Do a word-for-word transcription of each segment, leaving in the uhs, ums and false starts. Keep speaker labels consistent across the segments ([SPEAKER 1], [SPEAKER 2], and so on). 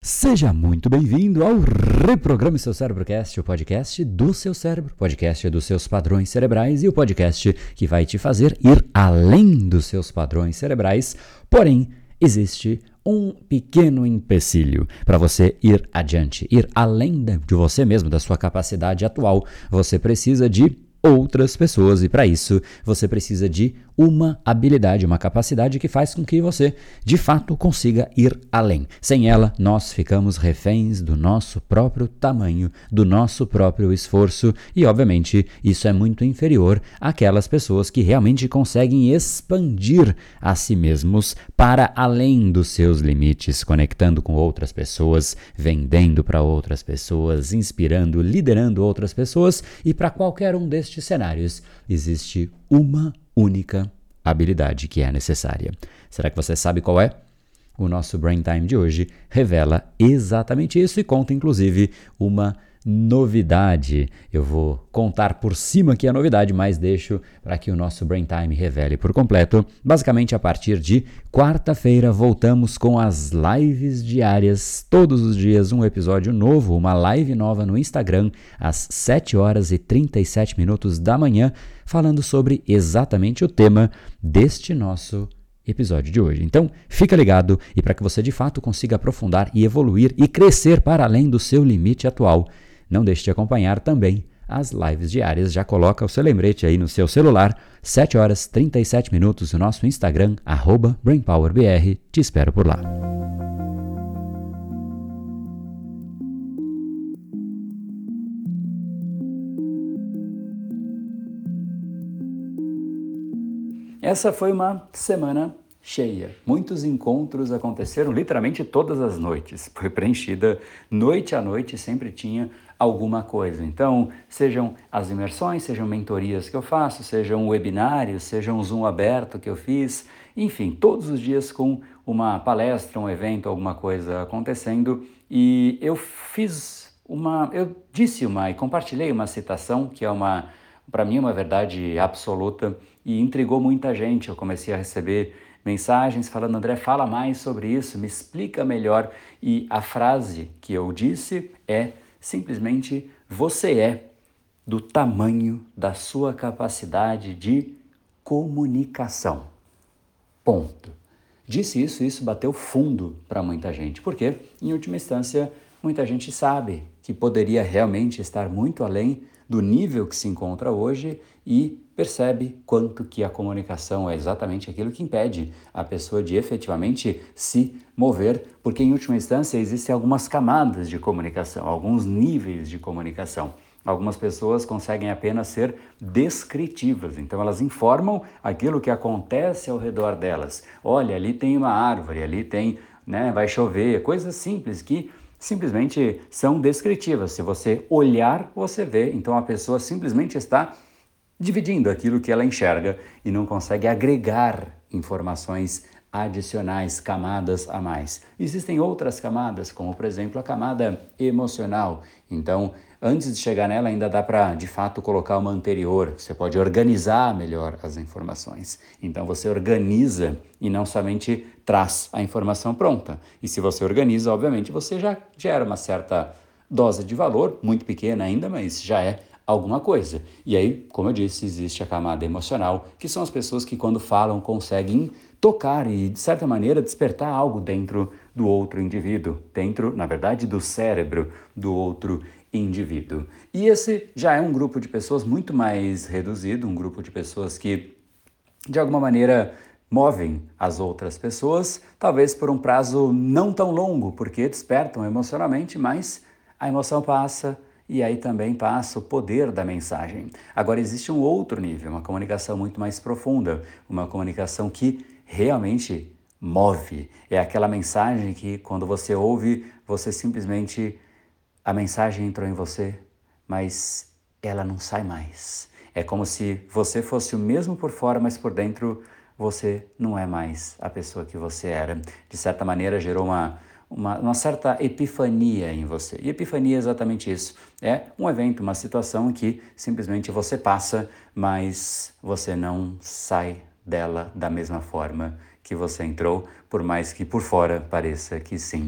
[SPEAKER 1] Seja muito bem-vindo ao Reprograme Seu Cérebrocast, o podcast do seu cérebro, podcast dos seus padrões cerebrais e o podcast que vai te fazer ir além dos seus padrões cerebrais. Porém, existe um pequeno empecilho para você ir adiante, ir além de você mesmo, da sua capacidade atual. Você precisa de outras pessoas e para isso você precisa de uma habilidade, uma capacidade que faz com que você de fato consiga ir além. Sem ela, nós ficamos reféns do nosso próprio tamanho, do nosso próprio esforço e obviamente isso é muito inferior àquelas pessoas que realmente conseguem expandir a si mesmos para além dos seus limites, conectando com outras pessoas, vendendo para outras pessoas, inspirando, liderando outras pessoas e para qualquer um destes cenários existe uma única habilidade que é necessária. Será que você sabe qual é? O nosso Brain Time de hoje revela exatamente isso e conta inclusive uma novidade. Eu vou contar por cima aqui a novidade, mas deixo para que o nosso Brain Time revele por completo. Basicamente, a partir de quarta-feira, voltamos com as lives diárias, todos os dias um episódio novo, uma live nova no Instagram, às sete horas e trinta e sete minutos da manhã, falando sobre exatamente o tema deste nosso episódio de hoje. Então, fica ligado e para que você de fato consiga aprofundar e evoluir e crescer para além do seu limite atual, não deixe de acompanhar também as lives diárias. Já coloca o seu lembrete aí no seu celular, sete horas e trinta e sete minutos, no nosso Instagram, arroba BrainPowerBR. Te espero por lá. Essa foi uma semana cheia. Muitos encontros aconteceram literalmente todas as noites. Foi preenchida noite a noite, sempre tinha alguma coisa. Então, sejam as imersões, sejam mentorias que eu faço, sejam webinários, sejam um Zoom aberto que eu fiz, enfim, todos os dias com uma palestra, um evento, alguma coisa acontecendo. E eu fiz uma, eu disse uma e compartilhei uma citação que é uma, para mim, uma verdade absoluta e intrigou muita gente. Eu comecei a receber mensagens falando: André, fala mais sobre isso, me explica melhor. E a frase que eu disse é simplesmente: você é do tamanho da sua capacidade de comunicação. Ponto. Disse isso e isso bateu fundo para muita gente, porque, em última instância, muita gente sabe que poderia realmente estar muito além do nível que se encontra hoje e percebe quanto que a comunicação é exatamente aquilo que impede a pessoa de efetivamente se mover, porque em última instância existem algumas camadas de comunicação, alguns níveis de comunicação. Algumas pessoas conseguem apenas ser descritivas, então elas informam aquilo que acontece ao redor delas. Olha, ali tem uma árvore, ali tem, né, vai chover, coisas simples que simplesmente são descritivas. Se você olhar, você vê. Então a pessoa simplesmente está dividindo aquilo que ela enxerga e não consegue agregar informações adicionais, camadas a mais. Existem outras camadas, como por exemplo a camada emocional. Então, antes de chegar nela, ainda dá para, de fato, colocar uma anterior. Você pode organizar melhor as informações. Então, você organiza e não somente traz a informação pronta. E se você organiza, obviamente, você já gera uma certa dose de valor, muito pequena ainda, mas já é alguma coisa. E aí, como eu disse, existe a camada emocional, que são as pessoas que quando falam conseguem tocar e, de certa maneira, despertar algo dentro do outro indivíduo, dentro, na verdade, do cérebro do outro indivíduo. E esse já é um grupo de pessoas muito mais reduzido, um grupo de pessoas que, de alguma maneira, movem as outras pessoas, talvez por um prazo não tão longo, porque despertam emocionalmente, mas a emoção passa, e aí também passa o poder da mensagem. Agora existe um outro nível, uma comunicação muito mais profunda, uma comunicação que realmente move. É aquela mensagem que quando você ouve, você simplesmente, a mensagem entrou em você, mas ela não sai mais. É como se você fosse o mesmo por fora, mas por dentro você não é mais a pessoa que você era. De certa maneira gerou uma Uma, uma certa epifania em você. E epifania é exatamente isso. É um evento, uma situação que simplesmente você passa, mas você não sai dela da mesma forma que você entrou, por mais que por fora pareça que sim.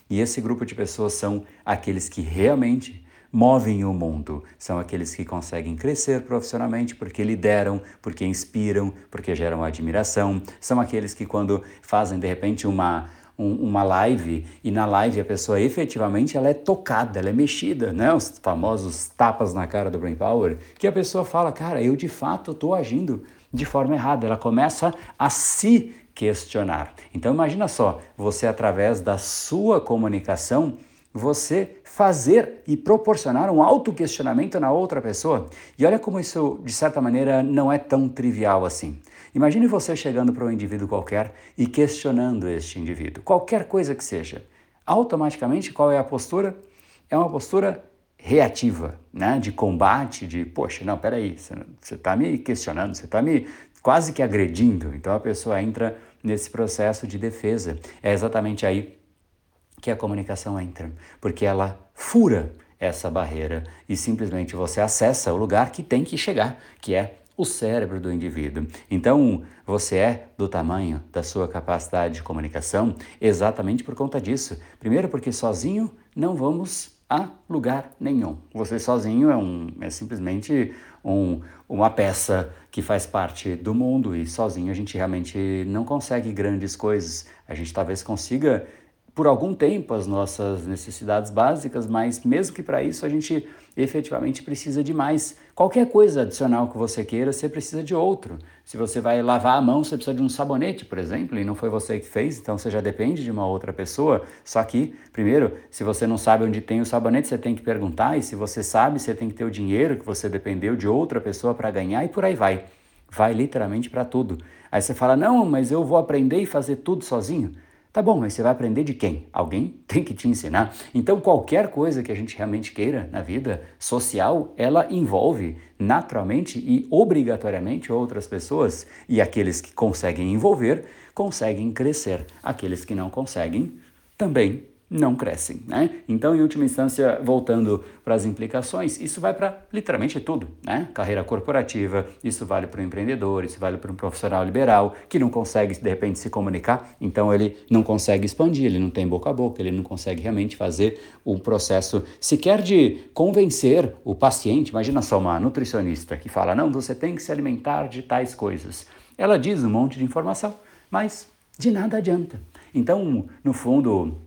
[SPEAKER 1] E esse grupo de pessoas são aqueles que realmente movem o mundo, são aqueles que conseguem crescer profissionalmente porque lideram, porque inspiram, porque geram admiração, são aqueles que quando fazem de repente uma um, uma live e na live a pessoa efetivamente ela é tocada, ela é mexida, né? Os famosos tapas na cara do Brain Power, que a pessoa fala, cara, eu de fato estou agindo de forma errada, ela começa a se questionar. Então imagina só, você através da sua comunicação, você fazer e proporcionar um autoquestionamento na outra pessoa. E olha como isso, de certa maneira, não é tão trivial assim. Imagine você chegando para um indivíduo qualquer e questionando este indivíduo, qualquer coisa que seja. Automaticamente, qual é a postura? É uma postura reativa, né? De combate, de, poxa, não, peraí, você está me questionando, você está me quase que agredindo. Então a pessoa entra nesse processo de defesa. É exatamente aí que a comunicação entra, porque ela fura essa barreira e simplesmente você acessa o lugar que tem que chegar, que é o cérebro do indivíduo. Então, você é do tamanho da sua capacidade de comunicação exatamente por conta disso. Primeiro, porque sozinho não vamos a lugar nenhum. Você sozinho é, um, é simplesmente um, uma peça que faz parte do mundo e sozinho a gente realmente não consegue grandes coisas. A gente talvez consiga por algum tempo as nossas necessidades básicas, mas mesmo que para isso a gente efetivamente precisa de mais. Qualquer coisa adicional que você queira, você precisa de outro. Se você vai lavar a mão, você precisa de um sabonete, por exemplo, e não foi você que fez, então você já depende de uma outra pessoa. Só que, primeiro, se você não sabe onde tem o sabonete, você tem que perguntar, e se você sabe, você tem que ter o dinheiro que você dependeu de outra pessoa para ganhar, e por aí vai. Vai literalmente para tudo. Aí você fala, não, mas eu vou aprender e fazer tudo sozinho. Tá bom, mas você vai aprender de quem? Alguém tem que te ensinar. Então, qualquer coisa que a gente realmente queira na vida social, ela envolve naturalmente e obrigatoriamente outras pessoas. E aqueles que conseguem envolver, conseguem crescer. Aqueles que não conseguem, também não crescem, né? Então, em última instância, voltando para as implicações, isso vai para literalmente tudo, né? Carreira corporativa, isso vale para o empreendedor, isso vale para um profissional liberal que não consegue, de repente, se comunicar, então ele não consegue expandir, ele não tem boca a boca, ele não consegue realmente fazer um processo sequer de convencer o paciente. Imagina só uma nutricionista que fala, não, você tem que se alimentar de tais coisas. Ela diz um monte de informação, mas de nada adianta. Então, no fundo,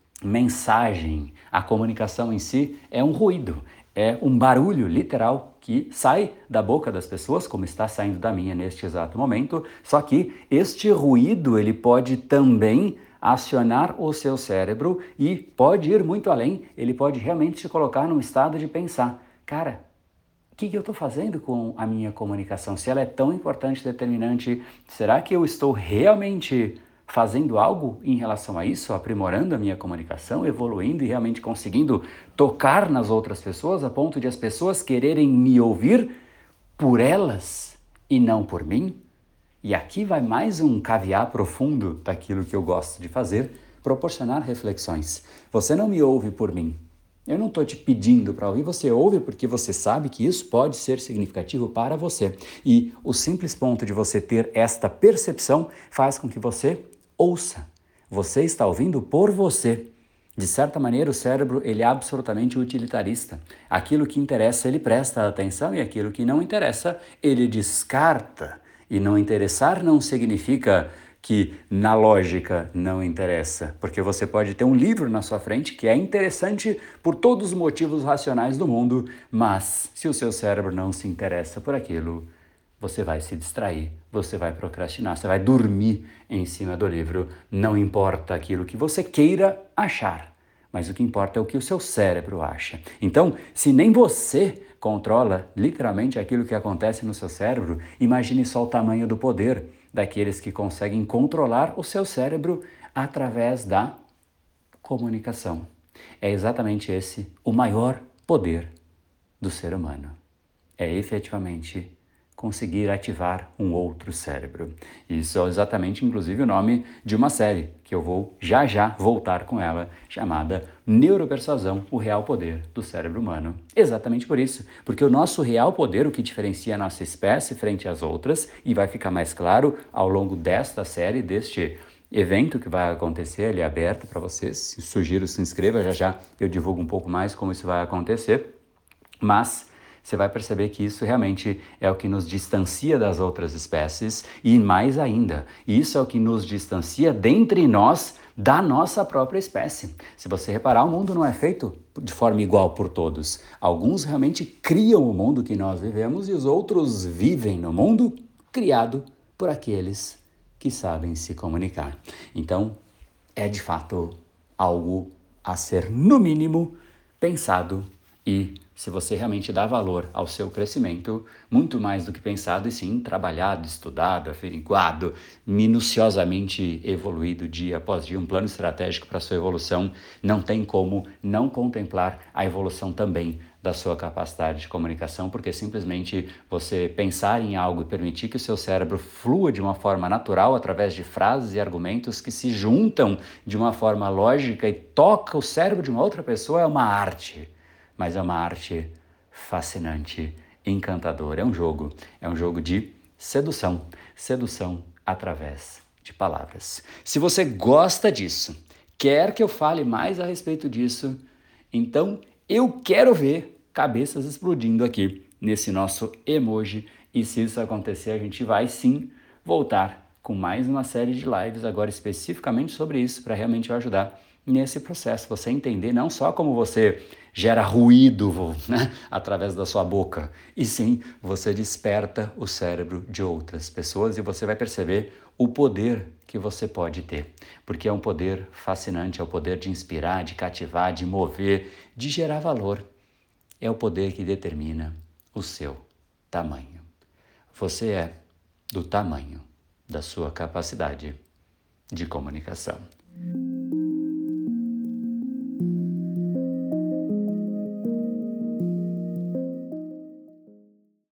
[SPEAKER 1] mensagem, a comunicação em si é um ruído, é um barulho literal que sai da boca das pessoas, como está saindo da minha neste exato momento, só que este ruído ele pode também acionar o seu cérebro e pode ir muito além, ele pode realmente te colocar num estado de pensar, cara, o que, que eu estou fazendo com a minha comunicação? Se ela é tão importante, determinante, será que eu estou realmente fazendo algo em relação a isso, aprimorando a minha comunicação, evoluindo e realmente conseguindo tocar nas outras pessoas a ponto de as pessoas quererem me ouvir por elas e não por mim? E aqui vai mais um caviar profundo daquilo que eu gosto de fazer, proporcionar reflexões. Você não me ouve por mim. Eu não estou te pedindo para ouvir, você ouve porque você sabe que isso pode ser significativo para você. E o simples ponto de você ter esta percepção faz com que você ouça. Você está ouvindo por você. De certa maneira, o cérebro ele é absolutamente utilitarista. Aquilo que interessa, ele presta atenção e aquilo que não interessa, ele descarta. E não interessar não significa que na lógica não interessa, porque você pode ter um livro na sua frente que é interessante por todos os motivos racionais do mundo, mas se o seu cérebro não se interessa por aquilo, você vai se distrair, você vai procrastinar, você vai dormir em cima do livro. Não importa aquilo que você queira achar, mas o que importa é o que o seu cérebro acha. Então, se nem você controla literalmente aquilo que acontece no seu cérebro, imagine só o tamanho do poder daqueles que conseguem controlar o seu cérebro através da comunicação. É exatamente esse o maior poder do ser humano. É efetivamente conseguir ativar um outro cérebro. Isso é exatamente, inclusive, o nome de uma série, que eu vou já já voltar com ela, chamada Neuropersuasão, o real poder do cérebro humano. Exatamente por isso, porque o nosso real poder, o que diferencia a nossa espécie frente às outras, e vai ficar mais claro ao longo desta série, deste evento que vai acontecer, ele é aberto para vocês. Sugiro, se inscreva, já já eu divulgo um pouco mais como isso vai acontecer. Mas você vai perceber que isso realmente é o que nos distancia das outras espécies e mais ainda, isso é o que nos distancia dentre nós da nossa própria espécie. Se você reparar, o mundo não é feito de forma igual por todos. Alguns realmente criam o mundo que nós vivemos e os outros vivem no mundo criado por aqueles que sabem se comunicar. Então, é de fato algo a ser, no mínimo, pensado e, se você realmente dá valor ao seu crescimento, muito mais do que pensado e sim trabalhado, estudado, averiguado, minuciosamente evoluído dia após dia, um plano estratégico para a sua evolução, não tem como não contemplar a evolução também da sua capacidade de comunicação, porque simplesmente você pensar em algo e permitir que o seu cérebro flua de uma forma natural através de frases e argumentos que se juntam de uma forma lógica e toca o cérebro de uma outra pessoa é uma arte. Mas é uma arte fascinante, encantadora. É um jogo, é um jogo de sedução, sedução através de palavras. Se você gosta disso, quer que eu fale mais a respeito disso, então eu quero ver cabeças explodindo aqui nesse nosso emoji. E se isso acontecer, a gente vai sim voltar com mais uma série de lives agora especificamente sobre isso, para realmente ajudar nesse processo, você entender não só como você gera ruído, né, através da sua boca, e sim, você desperta o cérebro de outras pessoas e você vai perceber o poder que você pode ter, porque é um poder fascinante, é o poder de inspirar, de cativar, de mover, de gerar valor. É o poder que determina o seu tamanho. Você é do tamanho da sua capacidade de comunicação.